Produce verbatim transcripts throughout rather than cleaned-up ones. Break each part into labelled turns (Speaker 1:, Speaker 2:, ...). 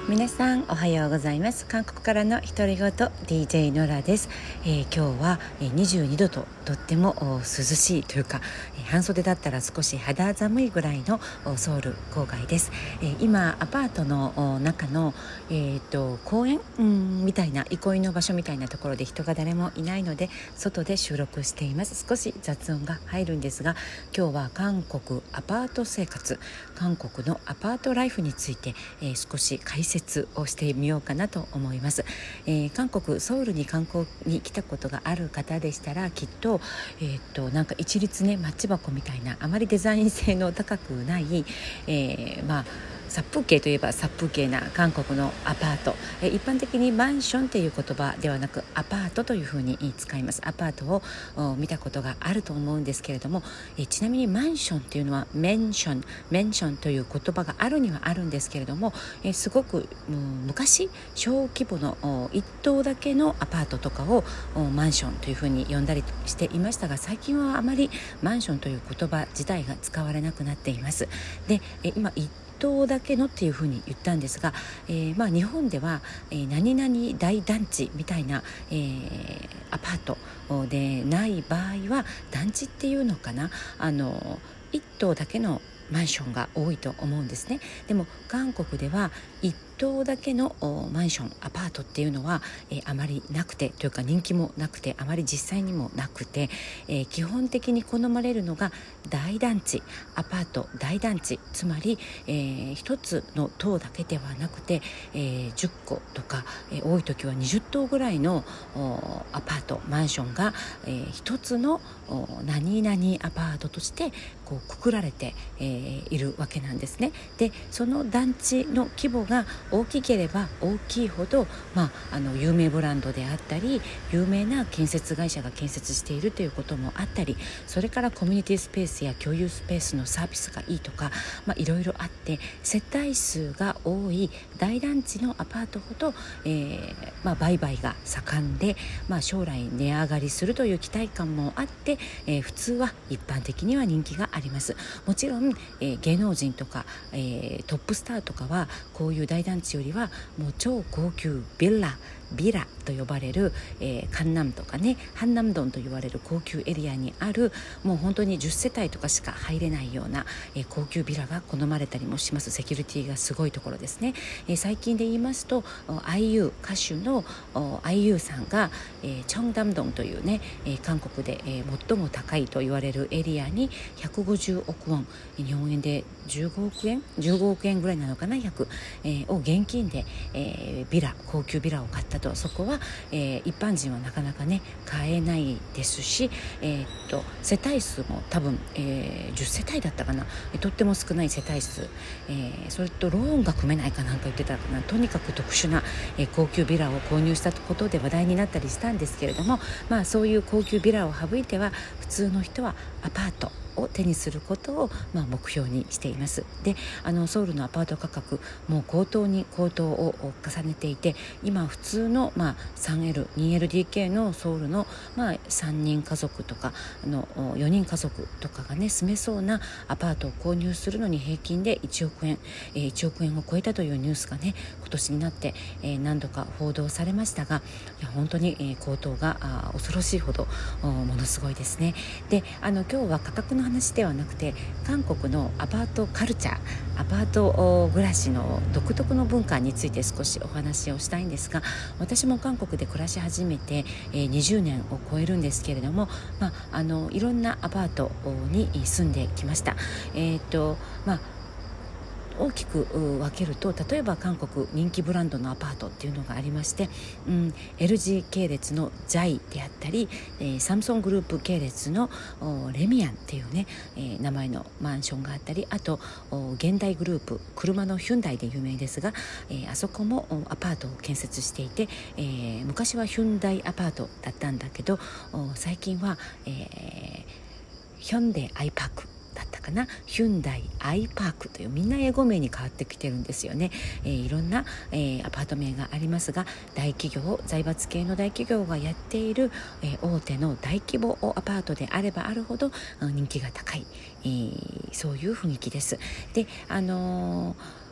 Speaker 1: 皆さんおはようございます。韓国からの独り言 ディージェー ノラです。えー、今日はにじゅうにどととっても涼しいというか、半袖だったら少し肌寒いぐらいのソウル郊外です。えー、今アパートの中の、えー、と公園うんみたいな憩いの場所みたいなところで人が誰もいないので外で収録しています。少し雑音が入るんですが、今日は韓国アパート生活、韓国のアパートライフについて、えー、少し解説をしてみようかなと思います。えー、韓国ソウルに観光に来たことがある方でしたらきっと、えー、っとなんか一律ねマッチ箱みたいなあまりデザイン性の高くない、えー、まあ殺風景といえば殺風景な韓国のアパート、え一般的にマンションという言葉ではなくアパートというふうに使います。アパートを見たことがあると思うんですけれども、えちなみにマンションというのはメンションメンションという言葉があるにはあるんですけれども、えすごく昔小規模の一棟だけのアパートとかをマンションというふうに呼んだりしていましたが、最近はあまりマンションという言葉自体が使われなくなっています。で、え今一棟だけのっていうふうに言ったんですが、えーまあ、日本では、えー、何々大団地みたいな、えー、アパートでない場合は団地っていうのかな、あの一棟だけのマンションが多いと思うんですね。でも韓国では一棟だけのマンションアパートっていうのは、えー、あまりなくてというか人気もなくてあまり実際にもなくて、えー、基本的に好まれるのが大団地アパート大団地、つまり、えー、一つの棟だけではなくて、えー、じゅっことか、えー、多い時はにじゅっ棟ぐらいのアパートマンションが、えー、一つの何々アパートとしてこうくくられて、えー、いるわけなんですね。でその団地の規模が大きければ大きいほど、まあ、あの有名ブランドであったり有名な建設会社が建設しているということもあったり、それからコミュニティスペースや共有スペースのサービスがいいとか、まあ、いろいろあって世帯数が多い大団地のアパートほど、えーまあ、売買が盛んで、まあ、将来値上がりするという期待感もあって、えー、普通は一般的には人気があります。もちろん、えー、芸能人とか、えー、トップスターとかはこういう大団地よりはもう超高級ビラビラと呼ばれる、えー、カンナムとかねハンナムドンと言われる高級エリアにあるもう本当にじゅっせたいとかしか入れないような、えー、高級ビラが好まれたりもします。セキュリティがすごいところですね。えー、最近で言いますと アイユー 歌手の アイユー さんが、えー、チョンダムドンというね、えー、韓国で、えー、最も高いと言われるエリアにひゃくごじゅうおくウォン、日本円でじゅうごおくえんじゅうごおくえんぐらいなのかな、ひゃく、えー、を現金で、えー、ビラ高級ビラを買ったと。そこは、えー、一般人はなかなかね買えないですし、えー、っと世帯数も多分、えー、じゅっせたいだったかな、とっても少ない世帯数、えー、それとローンが組めないかなんか言ってたかな。とにかく特殊な、えー、高級ビラを購入したことで話題になったりしたんですけれども、まあそういう高級ビラを省いては普通の人はアパートを手にすることを、まあ、目標にしています。で、あのソウルのアパート価格もう高騰に高騰を重ねていて、今普通の、まあ、スリーエル、ツーエルディーケー のソウルの、まあ、さんにん家族とかあのよにん家族とかがね住めそうなアパートを購入するのに平均でいちおくえん、えー、いちおくえんを超えたというニュースがね今年になって、えー、何度か報道されましたが、いや本当に、えー、高騰があ恐ろしいほどものすごいですね。で、あの今日は価格の話ではなくて韓国のアパートカルチャー、アパート暮らしの独特の文化について少しお話をしたいんですが、私も韓国で暮らし始めて、えー、にじゅうねんを超えるんですけれども、まあ、あのいろんなアパートに住んできました。えーとまあ大きく分けると、例えば韓国人気ブランドのアパートっていうのがありまして、うん、エルジー 系列のジャイであったり、えー、サムソングループ系列のレミアンっていうね、えー、名前のマンションがあったり、あと現代グループ車のヒュンダイで有名ですが、えー、あそこもアパートを建設していて、えー、昔はヒュンダイアパートだったんだけど最近は、えー、ヒョンデアイパークだったかな、ヒュンダイアイパークというみんな英語名に変わってきてるんですよね。えー、いろんな、えー、アパート名がありますが、大企業財閥系の大企業がやっている、えー、大手の大規模アパートであればあるほど人気が高い、えー、そういう雰囲気です。で、あのー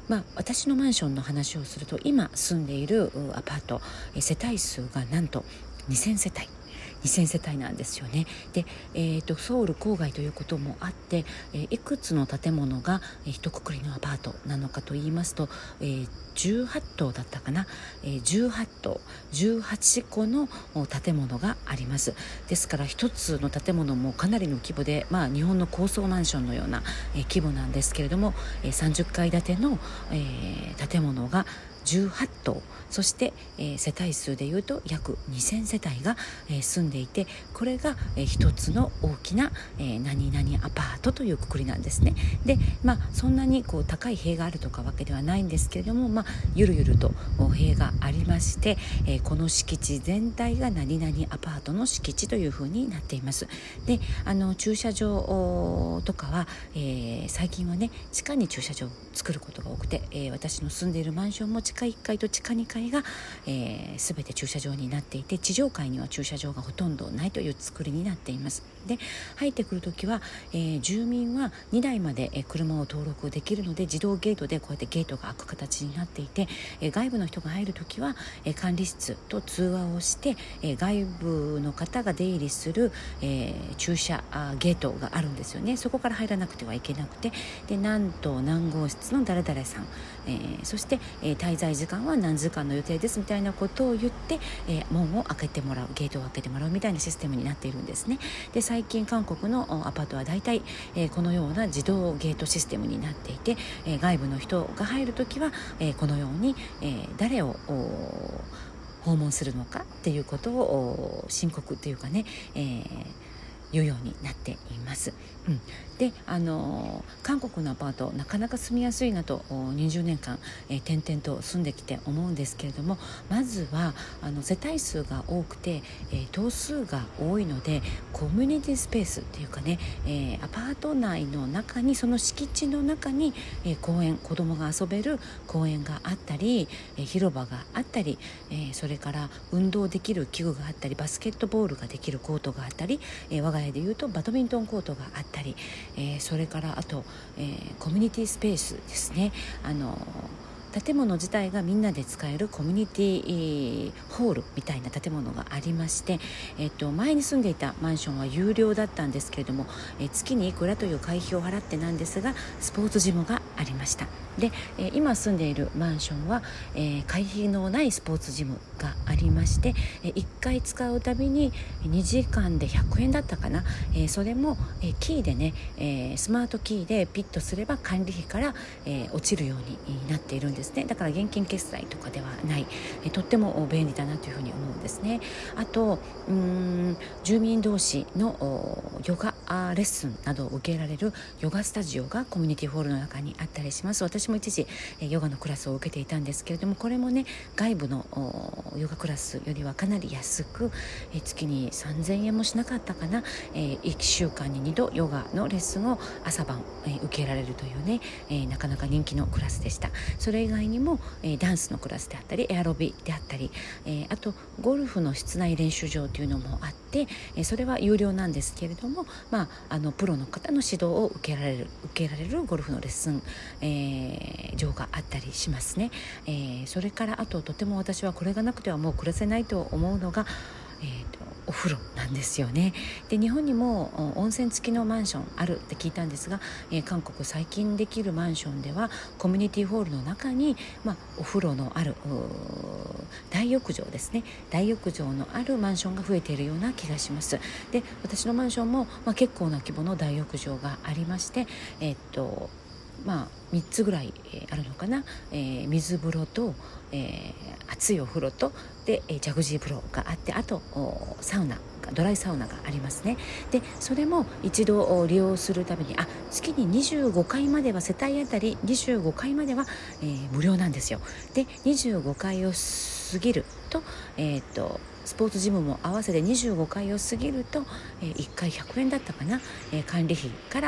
Speaker 1: まあ、私のマンションの話をすると、今住んでいるアパート世帯数がなんとにせんせたいにせんせたいなんですよね。で、えー、とソウル郊外ということもあって、えー、いくつの建物が、えー、一括りのアパートなのかと言いますと、えー、じゅうはち棟だったかな、えー、じゅうはち棟じゅうはちこの建物があります。ですから一つの建物もかなりの規模で、まあ、日本の高層マンションのような、えー、規模なんですけれども、えー、さんじゅっかい建ての、えー、建物がじゅうはち棟、そして、えー、世帯数でいうと約にせんせたいが、えー、住んでいて、これが、えー、一つの大きな、えー、何々アパートというくくりなんですね。で、まあ、そんなにこう高い塀があるとかわけではないんですけれども、まあ、ゆるゆると塀がありまして、えー、この敷地全体が何々アパートの敷地というふうになっています。で、あの駐車場とかは、えー、最近はね地下に駐車場を作ることが多くて、えー、私の住んでいるマンションも地下いっかいと地下にかいが、えー、全て駐車場になっていて、地上階には駐車場がほとんどないという作りになっています。で、入ってくるときは、えー、住民はにだいまで、えー、車を登録できるので、自動ゲートでこうやってゲートが開く形になっていて、えー、外部の人が入るときは、えー、管理室と通話をして、えー、外部の方が出入りする、えー、駐車ゲートがあるんですよね。そこから入らなくてはいけなくて、で何棟何号室の誰々さん、えー、そして、えー、滞在時間は何時間の予定ですみたいなことを言って、えー、門を開けてもらう、ゲートを開けてもらうみたいなシステムになっているんですね。で、最近韓国のアパートはだいたい、えー、このような自動ゲートシステムになっていて、えー、外部の人が入るときは、えー、このように、えー、誰を訪問するのかっていうことを申告というかね、えー言うようになっています。うん、で、あの韓国のアパートなかなか住みやすいなとにじゅうねんかん、えー、転々と住んできて思うんですけれども、まずはあの世帯数が多くて、えー、棟数が多いので、コミュニティスペースっていうかね、えー、アパート内の中に、その敷地の中に、えー、公園、子供が遊べる公園があったり、えー、広場があったり、えー、それから運動できる器具があったり、バスケットボールができるコートがあったり、えー、我が家でいうとバドミントンコートがあったり、えー、それからあと、えー、コミュニティスペースですね。あの建物自体がみんなで使えるコミュニティホールみたいな建物がありまして、えっと、前に住んでいたマンションは有料だったんですけれども、え月にいくらという会費を払ってなんですが、スポーツジムがありました。で、え今住んでいるマンションは、えー、会費のないスポーツジムがありまして、えいっかい使うたびににじかんでひゃくえんだったかな、えー、それも、えー、キーでね、えー、スマートキーでピッとすれば管理費から、えー、落ちるようになっているんですね。だから現金決済とかではない、えー、とっても便利だなというふうに思うんですね。あと、うーん住民同士のヨガレッスンなどを受けられるヨガスタジオがコミュニティホールの中にあったりします。私も一時ヨガのクラスを受けていたんですけれども、これもね、外部のヨガクラスよりはかなり安く、え月にさんぜんえんもしなかったかな、えいっしゅうかんににどヨガのレッスンを朝晩、え受けられるというね、えなかなか人気のクラスでした。それ以外にも、えダンスのクラスであったり、エアロビであったり、えあとゴルフの室内練習場というのもあって、えそれは有料なんですけれども、まあ、あのプロの方の指導を受けられる受けられるゴルフのレッスン、えー、場があったりしますね。えー、それからあと、とても私はこれがなくてはもう暮らせないと思うのが、えーと、お風呂なんですよね。で、日本にも温泉付きのマンションあるって聞いたんですが、えー、韓国最近できるマンションではコミュニティホールの中に、まあ、お風呂のある大浴場ですね、大浴場のあるマンションが増えているような気がします。で、私のマンションも、まあ、結構な規模の大浴場がありまして、えー、っとまあ、みっつぐらい、えー、あるのかな、えー、水風呂と、えー、熱いお風呂とで、えー、ジャグジー風呂があって、あとサウナ、ドライサウナがありますね。で、それも一度利用するために、あ月ににじゅうごかいまでは、世帯あたりにじゅうごかいまでは、えー、無料なんですよ。で、にじゅうごかいを過ぎると、えー、っとスポーツジムも合わせてにじゅうごかいを過ぎると、えー、いっかいひゃくえんだったかな、えー、管理費から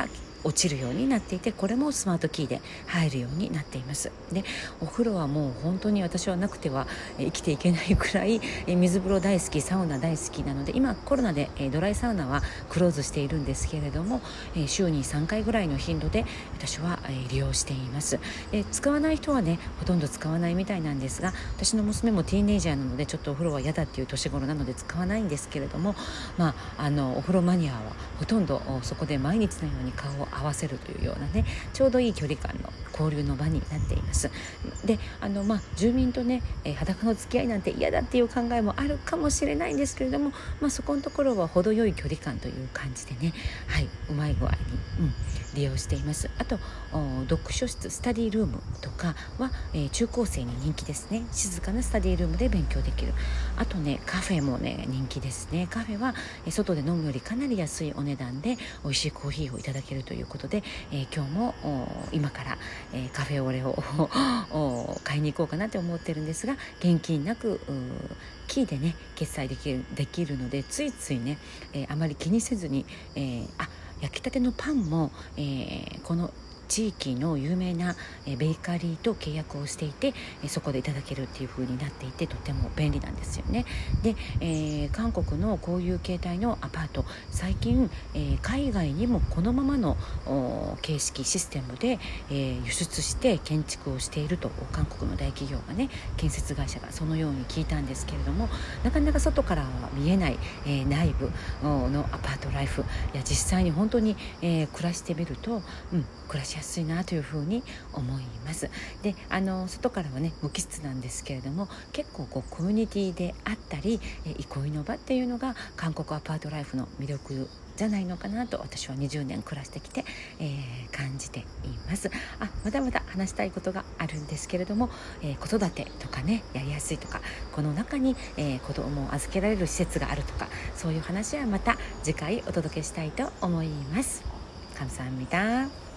Speaker 1: 落ちるようになっていて、これもスマートキーで入るようになっています。でお風呂はもう本当に私はなくては生きていけないくらい水風呂大好き、サウナ大好きなので、今コロナでドライサウナはクローズしているんですけれども、週にさんかいぐらいの頻度で私は利用しています。で使わない人はねほとんど使わないみたいなんですが、私の娘もティーンエイジャーなのでちょっとお風呂は嫌だっていう年頃なので使わないんですけれども、まあ、あのお風呂マニアはほとんどそこで毎日のように顔を合わせるというようなね、ちょうどいい距離感の交流の場になっています。であの、まあ、住民とね、えー、裸の付き合いなんて嫌だっていう考えもあるかもしれないんですけれども、まあ、そこのところは程よい距離感という感じでね、はい、うまい具合に、うん、利用しています。あと読書室、スタディルームとかは、えー、中高生に人気ですね。静かなスタディルームで勉強できる。あとねカフェもね人気ですね。カフェは、えー、外で飲むよりかなり安いお値段で美味しいコーヒーをいただけるということで、えー、今日も今から、えー、カフェオレを買いに行こうかなって思ってるんですが、現金なくキーでね決済できる、できるのでついついね、えー、あまり気にせずに、えー、あ焼きたてのパンも、えー、この地域の有名なベーカリーと契約をしていて、そこでいただけるっていう風になっていて、とても便利なんですよね。で、えー、韓国のこういう形態のアパート、最近、えー、海外にもこのままの形式システムで、えー、輸出して建築をしていると、韓国の大企業がね、建設会社がそのように聞いたんですけれども、なかなか外からは見えない、えー、内部のアパートライフ、いや実際に本当に、えー、暮らしてみると、うん、暮らしやすいなというふうに思います。であの外からはね無機質なんですけれども、結構こうコミュニティであったり、え憩いの場っていうのが韓国アパートライフの魅力じゃないのかなと、私はにじゅうねん暮らしてきて、えー、感じています。あまだまだ話したいことがあるんですけれども、えー、子育てとかねやりやすいとか、この中に、えー、子供を預けられる施設があるとか、そういう話はまた次回お届けしたいと思います。감사합니다。